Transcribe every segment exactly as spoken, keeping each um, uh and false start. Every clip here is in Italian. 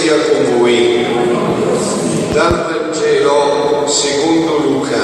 sia con voi. Dal Vangelo secondo Luca.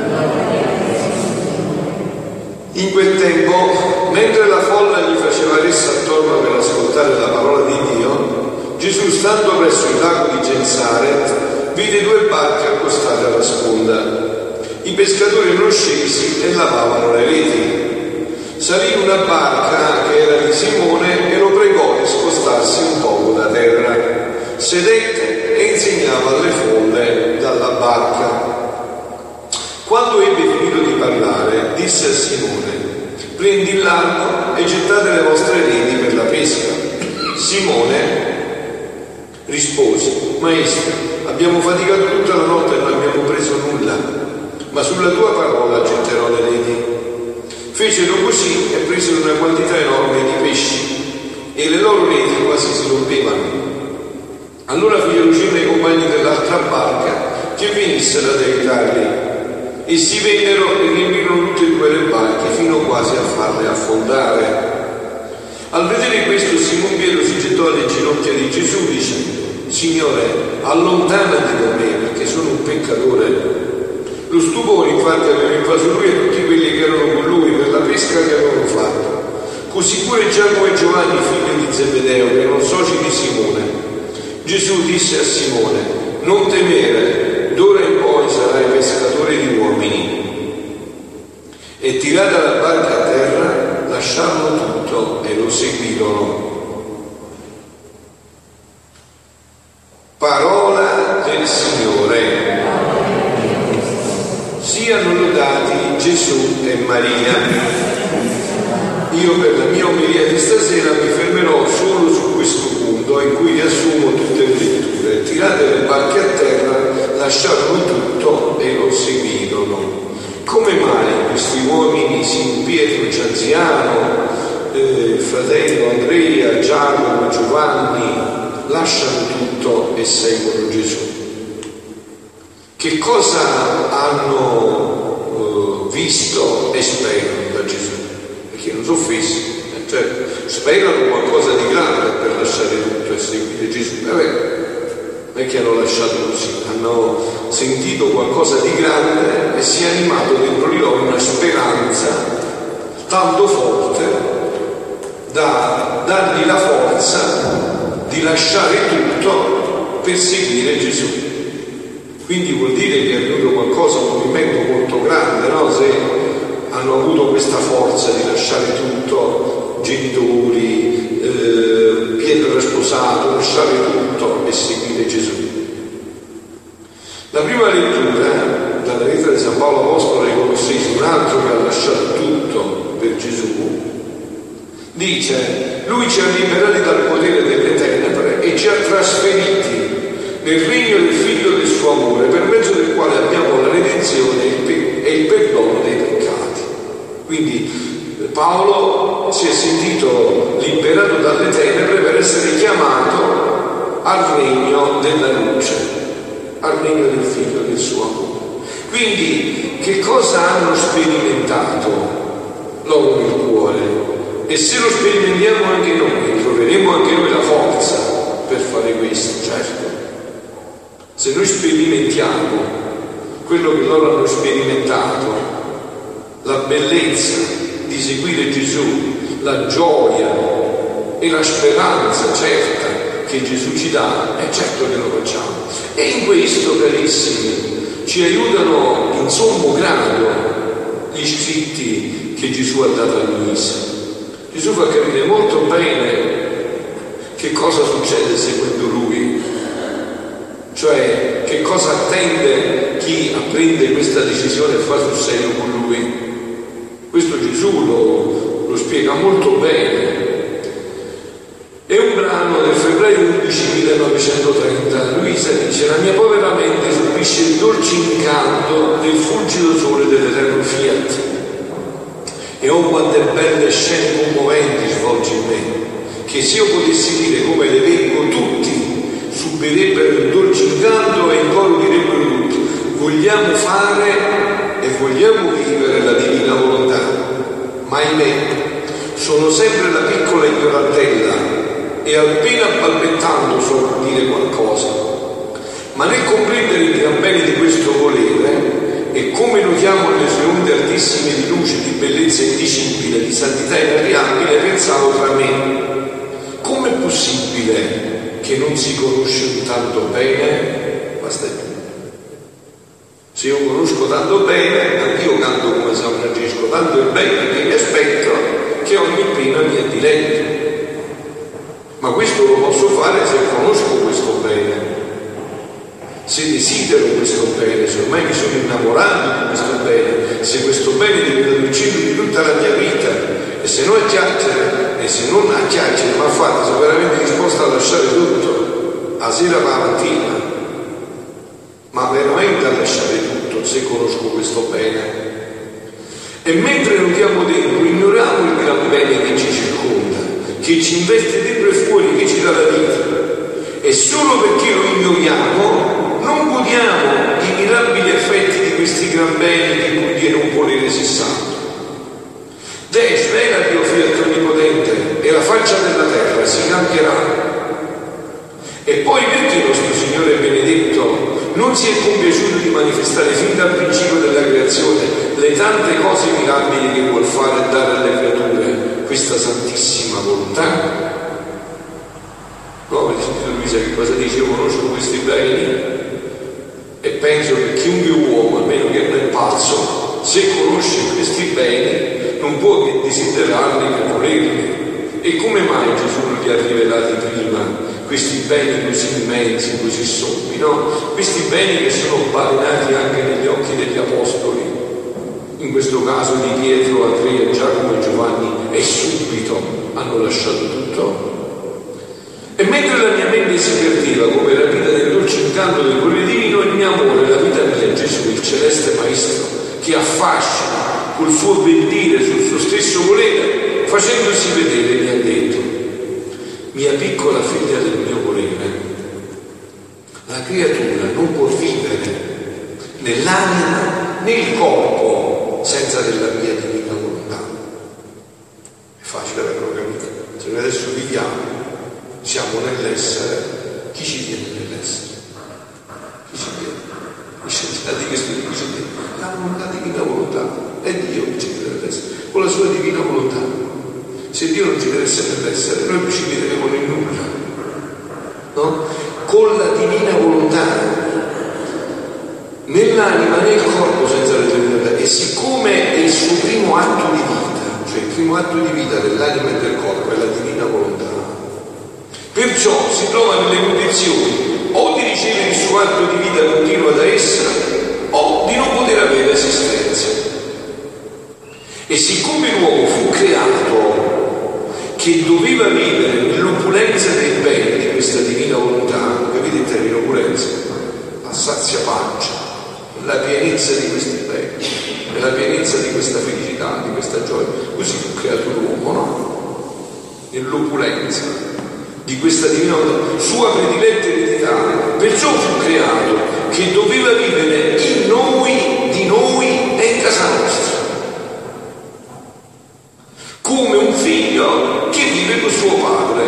In quel tempo, mentre la folla gli faceva ressa attorno per ascoltare la parola di Dio, Gesù, stando presso il lago di Gensaret, vide due barche accostate alla sponda. I pescatori erano scesi e lavavano le reti. Salì in una barca che era di Simone e lo pregò di spostarsi un poco da terra. Sedette e insegnava alle folle dalla barca. Quando ebbe finito di parlare, disse a Simone: prendi il largo e gettate le vostre reti per la pesca. Simone rispose: Maestro, abbiamo faticato tutta la notte e non abbiamo preso nulla, ma sulla tua parola getterò le reti. Fecero così e presero una quantità enorme di pesci e le loro reti quasi si rompevano. Allora fecero cenno ai compagni dell'altra barca che venissero ad aiutarli, e si vennero e riempirono tutte e due le barche fino quasi a farle affondare. Al vedere questo, Simon Pietro si gettò alle ginocchia di Gesù dicendo: Signore, allontanati da me, perché sono un peccatore. Lo stupore infatti aveva invaso lui e tutti quelli che erano con lui per la pesca che avevano fatto. Così pure Giacomo e Giovanni, figli di Zebedeo, che erano soci di Simone. Gesù disse a Simone: non temere, d'ora in poi sarai pescatore di uomini. E tirata la barca a terra, lasciarono tutto e lo seguirono. Parola del Signore. Siano lodati Gesù e Maria. Io per la mia omelia di stasera mi fermerò solo su questo punto in cui riassumo tutte le letture. Tirate le barche a terra, lasciarono tutto e lo seguirono. Come mai questi uomini, Simon Pietro, Gianziano, eh, fratello Andrea, Giacomo, Giovanni, lasciano tutto e seguono Gesù? Che cosa hanno eh, visto e sperano da Gesù? Perché non sono fessi, eh, cioè sperano qualcosa di grande per lasciare tutto e seguire Gesù. Vabbè, non è che hanno lasciato così, hanno sentito qualcosa di grande e si è animato dentro di loro una speranza tanto forte da dargli la forza di lasciare tutto per seguire Gesù. Quindi vuol dire che è avvenuto qualcosa, un movimento molto grande, no? Se hanno avuto questa forza di lasciare tutto, genitori, eh, Pietro era sposato, lasciare tutto e seguire Gesù. La prima lettura dalla lettera di San Paolo Apostolo ai Colossesi, un altro che ha lasciato tutto per Gesù, dice: lui ci ha liberati dal potere delle tenebre e ci ha trasferiti nel regno del figlio del suo amore, per mezzo del quale abbiamo la redenzione e il, pe- e il perdono dei peccati. Quindi Paolo si è sentito liberato dalle tenebre per essere chiamato al regno della luce, al regno del figlio del suo amore. Quindi che cosa hanno sperimentato loro nel cuore? E se lo sperimentiamo anche noi, troveremo anche noi la forza per fare questo, certo. Se noi sperimentiamo quello che loro hanno sperimentato, la bellezza di seguire Gesù, la gioia e la speranza certa che Gesù ci dà, è certo che lo facciamo. E in questo, carissimi, ci aiutano in sommo grado gli scritti che Gesù ha dato a Luisa. Gesù fa capire molto bene che cosa succede seguendo Lui. Cioè, che cosa attende chi prende questa decisione e fa sul serio con lui? Questo Gesù lo, lo spiega molto bene. È un brano del febbraio undici millenovecentotrenta. Luisa dice: la mia povera mente subisce il dolce incanto del fulgido sole dell'eterno fiat. E oh, quante belle scene commoventi svolge in me, che se io potessi dire come le vengo tutti, subirebbero il dolce incanto e in coro direbbero tutti: vogliamo fare e vogliamo vivere la divina volontà. Ma ahimè, sono sempre la piccola ignorantella e appena balbettando so dire qualcosa, ma nel comprendere il gran bene di questo volere e come notiamo le sue onde altissime di luce, di bellezza indicibile, di santità inarrivabile, pensavo tra me: com'è possibile che non si conosce tanto bene? Basta tutto. Se io conosco tanto bene, anch'io canto come San Francesco, tanto è bene che mi aspetto che ogni pena mi è diletto. Ma questo lo posso fare se conosco questo bene, se desidero questo bene, se ormai mi sono innamorato di questo bene, se questo bene diventa il centro di tutta la mia vita, e se non a chiacchiere, e se non a chiacchiere, ma fate, sono veramente disposto a lasciare tutto, a sera per la mattina, ma veramente a lasciare tutto se conosco questo bene. E mentre notiamo dentro, ignoriamo il gran bene che ci circonda, che ci investe dentro e fuori, che ci dà la vita, e solo perché lo ignoriamo non godiamo i mirabili effetti di questi gran beni di cui viene un volere sessanto. Deh, svela Dio Fiat Onnipotente, e la faccia della terra si cambierà. E poi perché nostro Signore benedetto non si è compiaciuto di manifestare fin dal principio della creazione le tante cose mirabili che vuol fare e dare alle creature, questa santissima volontà? No, avete sentito Luisa che cosa dice? Io conosco questi beni e penso che chiunque uomo, almeno che non è pazzo, se conosce questi beni non può che desiderarli e volerli. E come mai Gesù non li ha rivelati prima? Questi beni così immensi, così sommi, no? Questi beni che sono balenati anche negli occhi degli apostoli, in questo caso di Pietro, Andrea, Giacomo e Giovanni, e subito hanno lasciato tutto. E mentre la mia mente si perdeva come la vita del dolce incanto del volere divino, il mio amore, la vita mia, Gesù, il celeste Maestro, che affascina col suo bel dire sul suo stesso volere, facendosi vedere, mi ha detto: mia piccola figlia del mio volere, la creatura non può vivere nell'anima né il corpo senza della mia divina volontà. È facile averlo capito. Se noi adesso viviamo, siamo nell'essere, chi ci viene nell'essere? Chi ci viene? I scienziati che studiano, chi ci viene? La volontà, divina volontà. È Dio che ci viene nell'essere, con la sua divina volontà. Se Dio non ci deve essere nell'essere, noi precipiteremo nel nulla, no? Con la divina volontà, nell'anima, nel corpo senza la divina volontà. E siccome è il suo primo atto di vita, cioè il primo atto di vita dell'anima e del corpo è la divina volontà, perciò si trova nelle condizioni o di ricevere il suo atto di vita continua da essa o di non poter avere esistenza. E siccome l'uomo fu creato che doveva vivere nell'opulenza dei beni di questa divina volontà, capite il termine opulenza? La sazia pancia, la pienezza di questi beni, la pienezza di questa felicità, di questa gioia. Così fu creato l'uomo, no? Nell'opulenza di questa divina volontà, sua prediletta eredità. Perciò fu creato che doveva vivere in noi, di noi e in casa nostra, come un figlio che vive con suo padre.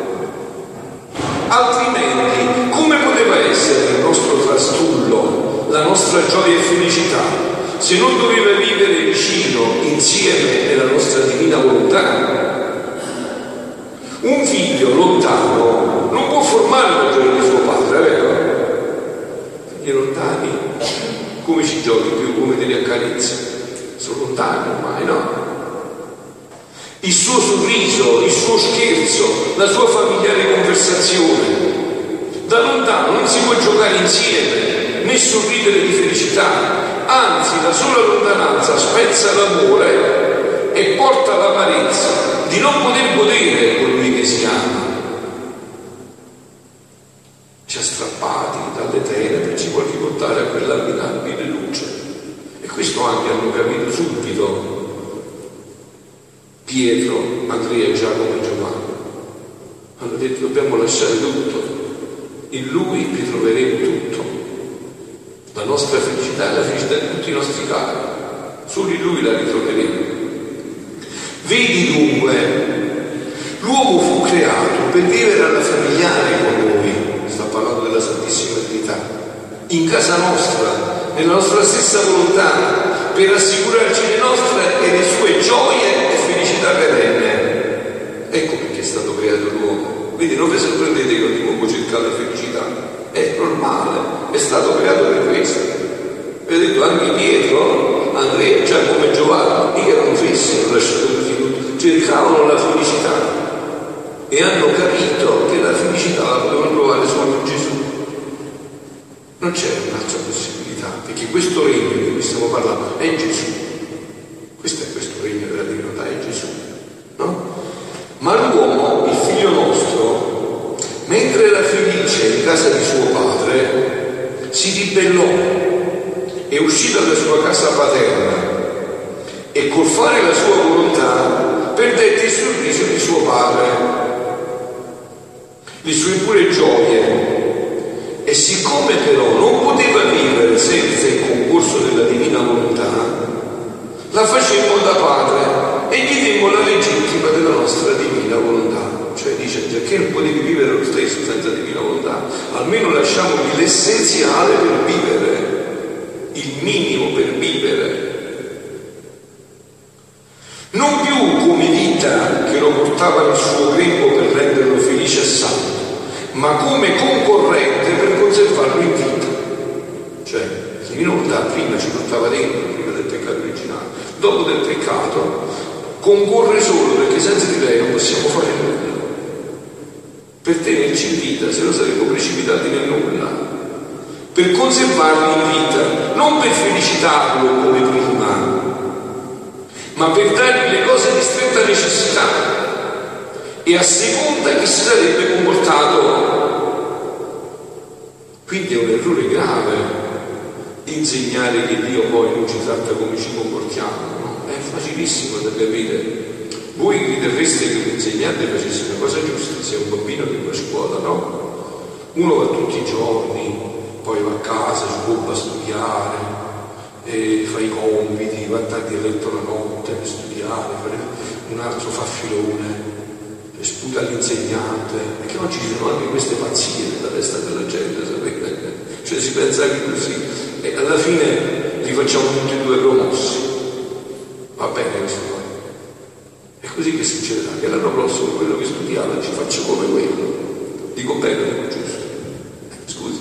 Altrimenti come poteva essere il nostro trastullo, la nostra gioia e felicità, se non doveva vivere vicino, insieme nella nostra divina volontà? Un figlio lontano non può formare la gioia di suo padre, vero? Figli lontani come ci giochi più, come te li accarezzi? Sono lontani ormai, no? Il suo sorriso, il suo scherzo, la sua familiare conversazione. Da lontano non si può giocare insieme, né sorridere di felicità, anzi la sola lontananza spezza l'amore e porta l'amarezza di non poter godere colui che si ama. Ci ha strappati dalle tenebre, ci vuole riportare a quella mirabile luce. E questo anche hanno capito subito Pietro, Andrea, Giacomo e Giovanni. Hanno detto: dobbiamo lasciare tutto, in Lui ritroveremo tutto, la nostra felicità e la felicità di tutti i nostri cari, solo in Lui la ritroveremo. Vedi dunque, l'uomo fu creato per vivere alla familiare con noi, sta parlando della Santissima Trinità, in casa nostra, nella nostra stessa volontà, per assicurarci le nostre e le sue gioie e felicità perenne. Ecco perché è stato creato l'uomo. Quindi non vi sorprendete che ogni uomo cerca la felicità, è normale, è stato creato per questo. Vi ho detto anche Pietro, Andrea, Giacomo e Giovanni, mica non fessero lasciato così tutto, cercavano la felicità e hanno capito che la felicità la potevano trovare solo in Gesù. Non c'è un'altra possibilità, perché questo regno di cui stiamo parlando è Gesù. Questo è questo regno della divinità, è Gesù, no? Ma l'uomo, il figlio nostro, mentre era felice in casa di suo padre, si ribellò e uscì dalla sua casa paterna e col fare la sua volontà perdette il sorriso di suo padre, le sue pure gioie, e siccome però non poteva vivere senza il concorso della divina volontà, la facemmo da padre e gli dimmo la legittima della nostra divina volontà. Cioè dice, giacché non potevi vivere lo stesso senza divina volontà, almeno lasciamogli l'essenziale per vivere, il minimo per vivere. Non più come vita che lo portava nel suo grembo per renderlo felice e santo, ma come concorrente per conservarlo in vita. Cioè, la divina volontà prima ci portava dentro, prima del peccato originale, dopo del peccato concorre solo perché senza di lei non possiamo fare nulla. Per tenerci in vita, se no saremmo precipitati nel nulla, per conservarlo in vita, non per felicitarlo come prima, ma per dargli le cose di stretta necessità e a seconda che si sarebbe comportato. Quindi è un errore grave insegnare che Dio poi non ci tratta come ci comportiamo, no? È facilissimo da capire. Voi riterreste che l'insegnante facesse una cosa giusta, sia un bambino che va a scuola, no? Uno va tutti i giorni, poi va a casa, si occupa a studiare, e fa i compiti, va tardi a letto la notte per studiare, un altro fa filone, sputa l'insegnante, perché oggi ci sono anche queste pazzie nella testa della gente, sapete? Cioè si pensa anche così, e alla fine li facciamo tutti e due promossi. Va bene questo qua. È così che succederà, che l'anno prossimo quello che studiava ci faccia come quello. Dico bene, dico giusto. Scusi.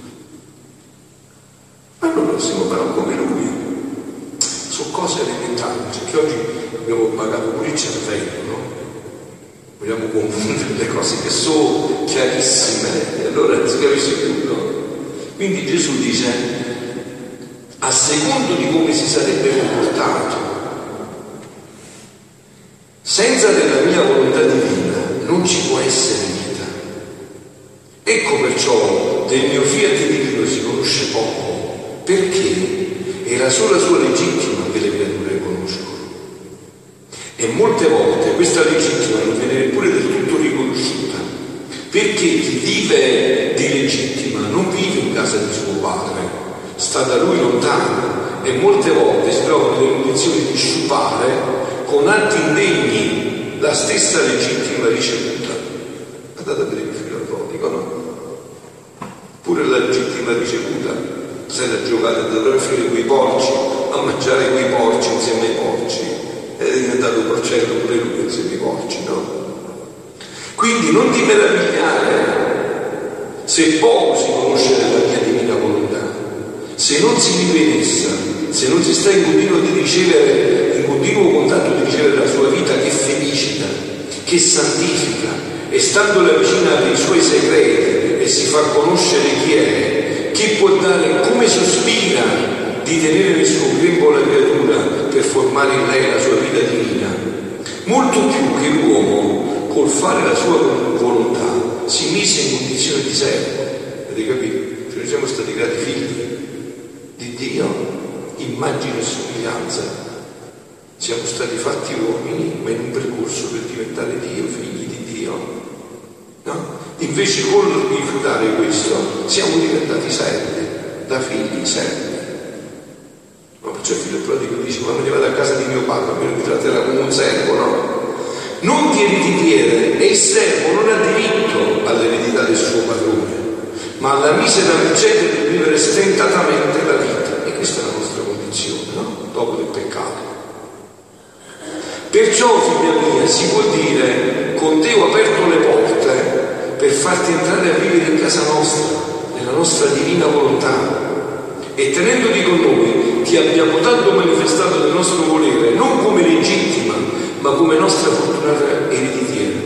L'anno prossimo però come lui. Sono cose elementari, perché oggi abbiamo pagato pure il cervello, no? Vogliamo confondere le cose che sono chiarissime e allora non si capisce più, no? Quindi Gesù dice, a secondo di come si sarebbe comportato, senza della mia volontà divina non ci può essere vita. Ecco perciò del mio fiat divino si conosce poco, perché è la sola sua legittima che le creature conoscono. E molte volte questa legittima non viene neppure del tutto riconosciuta, perché chi vive di legittima non vive in casa di suo padre, sta da lui lontano e molte volte si trova nelle condizioni di sciupare con atti indegni la stessa legittima ricevuta. Andate a vedere il figlio prodigo, no? Pure la legittima ricevuta se la giocata da dover finire quei porci, a mangiare quei porci insieme ai porci, è diventato porcello pure lui insieme ai porci, no? Quindi non ti meravigliare se poco si conosce della mia divina volontà, se non si vive in essa, se non si sta in continuo di ricevere, in continuo contatto di ricevere la sua vita che felicita, che santifica, e standole vicina dei suoi segreti e si fa conoscere chi è, chi può dare, come sospira di tenere nel suo grembo la creatura per formare in lei la sua vita divina, molto più che l'uomo col fare la sua volontà si mise in condizione di servo. Avete capito? Cioè noi siamo stati creati figli di Dio, immagine e somiglianza, siamo stati fatti uomini ma in un percorso per diventare Dio, figli di Dio, no? Invece col rifiutare questo siamo diventati servi, da figli servi. Ma perciò il figlio prodigo dice: quando ne vado a casa di mio padre almeno mi tratterà come un servo, no? Non ti ritipiere, e il servo non ha diritto ma alla misera miseria del vivere stentatamente la vita. E questa è la nostra condizione, no? Dopo del peccato. Perciò, figlia mia, si può dire: con te ho aperto le porte per farti entrare a vivere in casa nostra, nella nostra divina volontà, e tenendoti con noi ti abbiamo tanto manifestato del nostro volere, non come legittima, ma come nostra fortunata ereditiera.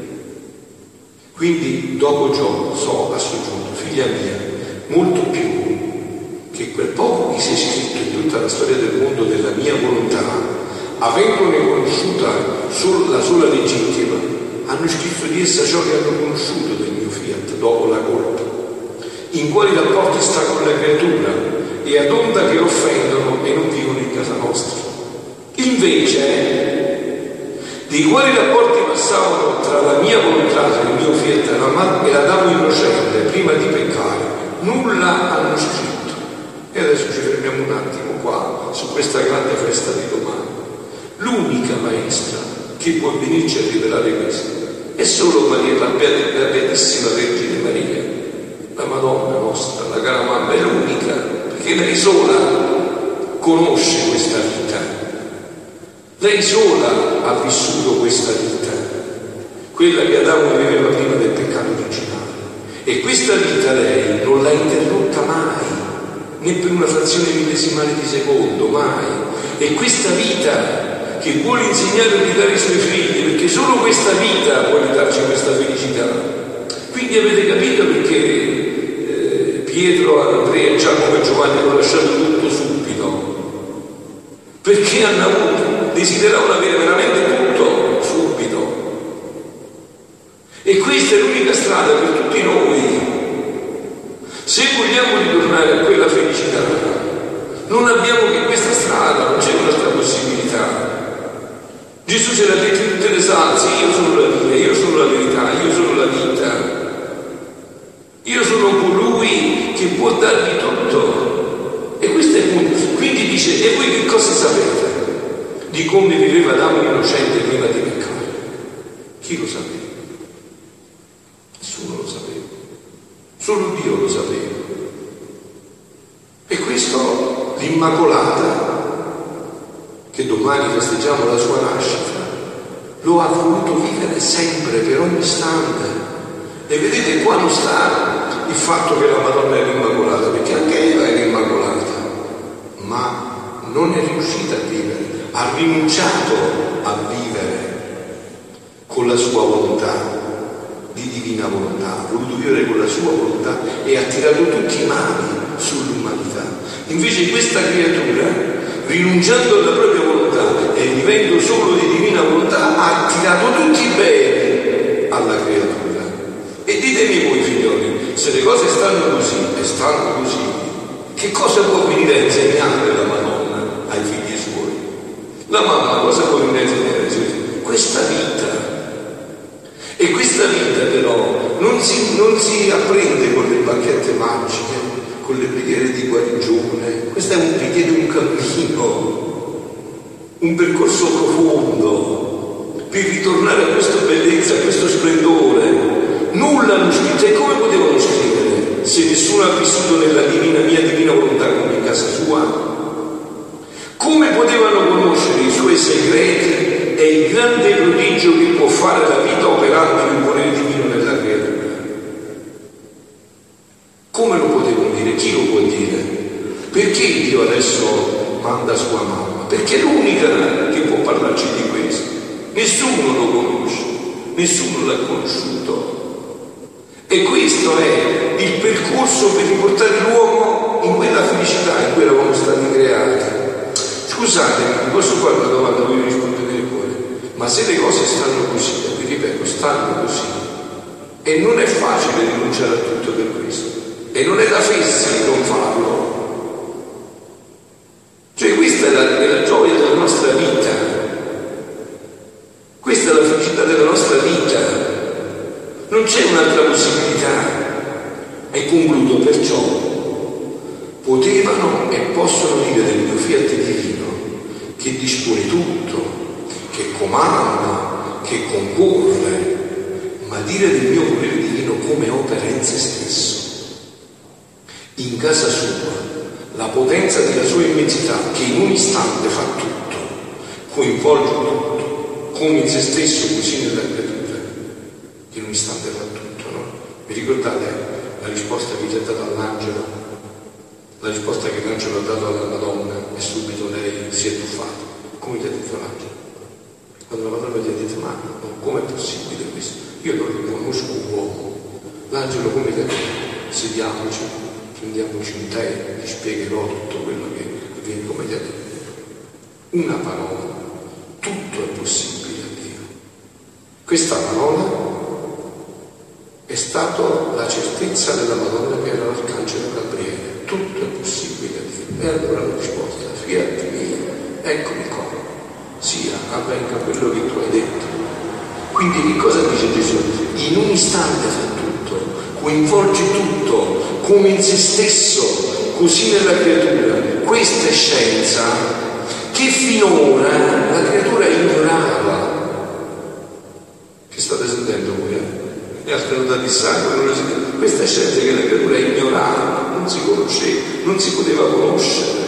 Quindi dopo ciò so a suo giunto, figlia mia, molto più che quel poco che si è scritto in tutta la storia del mondo della mia volontà, avendone conosciuta solo la sola legittima, hanno scritto di essa ciò che hanno conosciuto del mio fiat dopo la colpa, in quali rapporti sta con la creatura e ad onda che offendono e non vivono in casa nostra. Invece, di quali rapporti passavano tra la mia volontà e il mio fiat e l'Adamo innocente prima di peccare, nulla hanno scritto. E adesso ci fermiamo un attimo qua su questa grande festa di domani. L'unica maestra che può venirci a rivelare questo è solo Maria, la Beatissima Vergine Maria, la Madonna nostra, la cara mamma, è l'unica, perché lei sola conosce questa vita, lei sola ha vissuto questa vita, quella che Adamo viveva prima del peccato originale, e questa vita lei non l'ha interrotta mai, né per una frazione millesimale di secondo, mai. E questa vita che vuole insegnare a guidare i suoi figli, perché solo questa vita può darci questa felicità. Quindi avete capito perché eh, Pietro, Andrea, Giacomo e Giovanni hanno lasciato tutto subito? Perché hanno avuto, desideravano avere veramente tutto subito. E questa è l'unica strada per tutti noi. Se vogliamo ritornare a quella felicità, non abbiamo che questa strada, non c'è un'altra possibilità. Gesù ce l'ha detto in tutte le salse: io sono la via, io sono la verità, io sono la vita, io sono colui che può darvi tutto. E questo è il punto. Quindi dice: e voi che cosa sapete di come viveva Adamo innocente prima di peccare? Chi lo sapeva? Nessuno lo sapeva, solo Dio lo sapeva. E questo l'Immacolata, che domani festeggiamo la sua nascita, lo ha voluto vivere sempre, per ogni istante. E vedete, qua non sta il fatto che la Madonna era Immacolata, perché anche Eva era Immacolata, ma non è riuscita a vivere, ha rinunciato a vivere con la sua volontà, di divina volontà, ha voluto vivere con la sua volontà e ha tirato tutti i mali sull'umanità. Invece questa creatura, rinunciando alla propria volontà e vivendo solo di divina volontà, ha tirato tutti i beni alla creatura. E ditemi voi, figlioli, se le cose stanno così e stanno così, che cosa può venire a insegnare la Madonna ai figli suoi? La mamma cosa può venire a insegnare ai suoi figli? Questa vita. E questa vita però non si, non si apprende con le bacchette magiche, con le preghiere di guarigione. Questo è un richiede un cammino, un percorso profondo per ritornare a questa bellezza, a questo splendore. Nulla hanno scritto. E come potevano scrivere se nessuno ha vissuto nella divina, mia divina volontà come in casa sua? Come potevano conoscere i suoi segreti e il grande prodigio che può fare la vita operando il volere divino nella creatura? Come lo potevano dire? Chi lo può dire? Perché Dio adesso manda sua mamma? Perché è l'unica che può parlarci di questo. Nessuno lo conosce, nessuno l'ha conosciuto. E questo è il percorso per riportare l'uomo in quella felicità in cui eravamo stati creati. Scusatemi, vi posso fare una domanda, voi rispondete pure. Ma se le cose stanno così, vi ripeto, stanno così, e non è facile rinunciare a tutto per questo, e non è da fessi non farlo. Cioè questa è la, è la gioia della nostra vita, questa è la felicità della nostra vita, non c'è un'altra possibilità. E concludo: perciò potevano e possono dire del mio fiat divino, che dispone tutto, che comanda, che concorre, ma dire del mio volere divino come opera in se stesso. in casa sua la potenza della sua immensità, che in un istante fa tutto, coinvolge tutto, come in se stesso così nella creatura, che in un istante fa tutto, no? Vi ricordate la risposta che gli ha dato all'angelo? La risposta che l'angelo ha dato alla Madonna, e subito lei si è tuffata. Come gli ha detto l'angelo? Quando la Madonna gli ha detto: ma com'è possibile questo? Io non riconosco un uomo. L'angelo come gli ha detto? Sediamoci, prendiamoci un tè, ti spiegherò tutto quello che avviene. Come gli ha detto? Una parola, tutto è possibile a Dio. Questa parola è stata la certezza della Madonna, che era l'arcangelo Gabriele. Tutto è possibile a Dio. E allora la risposta: fiat mia, eccomi qua, sia, avvenga quello che tu hai detto. Quindi che cosa dice Gesù? In un istante fa tutto, coinvolge tutto, come in se stesso, così nella creatura. Questa è scienza che finora la creatura ignorava. Che state sentendo voi? Eh? E altre notate di sangue, non lo sentite. Questa è scienza che la creatura ignorava, non si conosceva, non si poteva conoscere.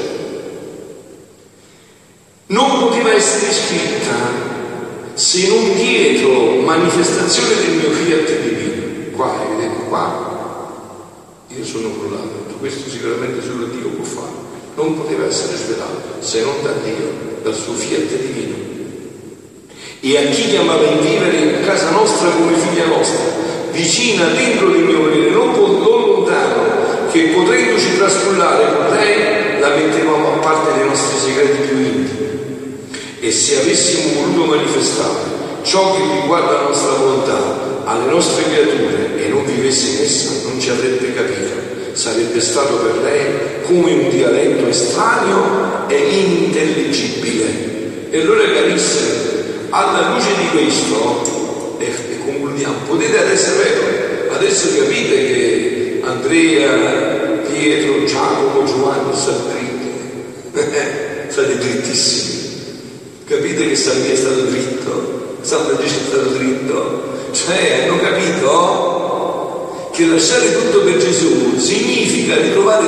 Non poteva essere scritta se non dietro manifestazione del mio fiat divino. Qua, vedete, qua io sono crollato. Questo sicuramente solo Dio può fare. Non poteva essere svelato se non da Dio, dal suo fiat divino. E a chi chiamava in vivere in casa nostra come figlia nostra, vicina dentro del mio volere, non, non lontano, che potendoci trascullare con lei la mettevamo a parte dei nostri segreti più intimi. E se avessimo voluto manifestare ciò che riguarda la nostra volontà alle nostre creature e non vivesse in essa, non ci avrebbe capito. Sarebbe stato per lei come un dialetto estraneo e inintelligibile. E allora, carissimi, alla luce di questo, e, e concludiamo, potete adesso, adesso capite che Andrea, Pietro, Giacomo, Giovanni sono dritti, state drittissimi. Capite che San Pio è stato dritto, San Francesco è stato dritto, cioè hanno capito che lasciare tutto per Gesù significa ritrovare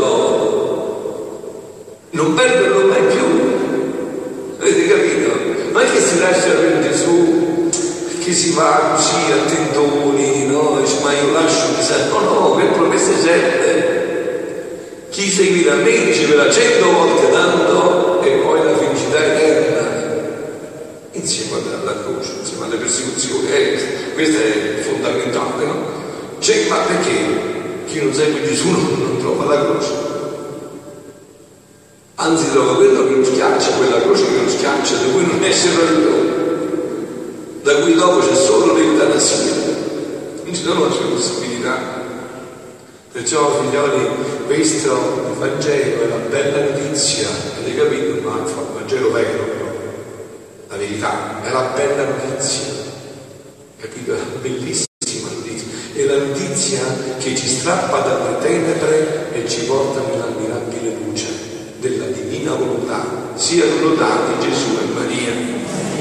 tutto, non perderlo mai più. Avete capito? Non è che si lascia per Gesù perché si va così a tentoni, no? Dice: ma io lascio chissà. No, no, per promesse certe. Chi seguirà me riceverà cento volte tanto e poi la felicità eterna insieme alla croce, insieme alle persecuzioni. Eh, questo è fondamentale, no? Cioè, ma perché chi non segue Gesù non, non trova la croce? Anzi, trova quello che lo schiaccia, quella croce che lo schiaccia, da cui non esce ragione, da cui dopo c'è solo l'eutanasia, non ci sono altre possibilità. Perciò, figlioli, questo il Vangelo è la bella notizia, avete capito? Ma il Vangelo vero, la verità, è la bella notizia, capito? È la bellissima notizia, è la notizia che ci strappa dalle tenebre e ci porta nell'ammirabile luce della divina volontà. Siano lodati Gesù e Maria.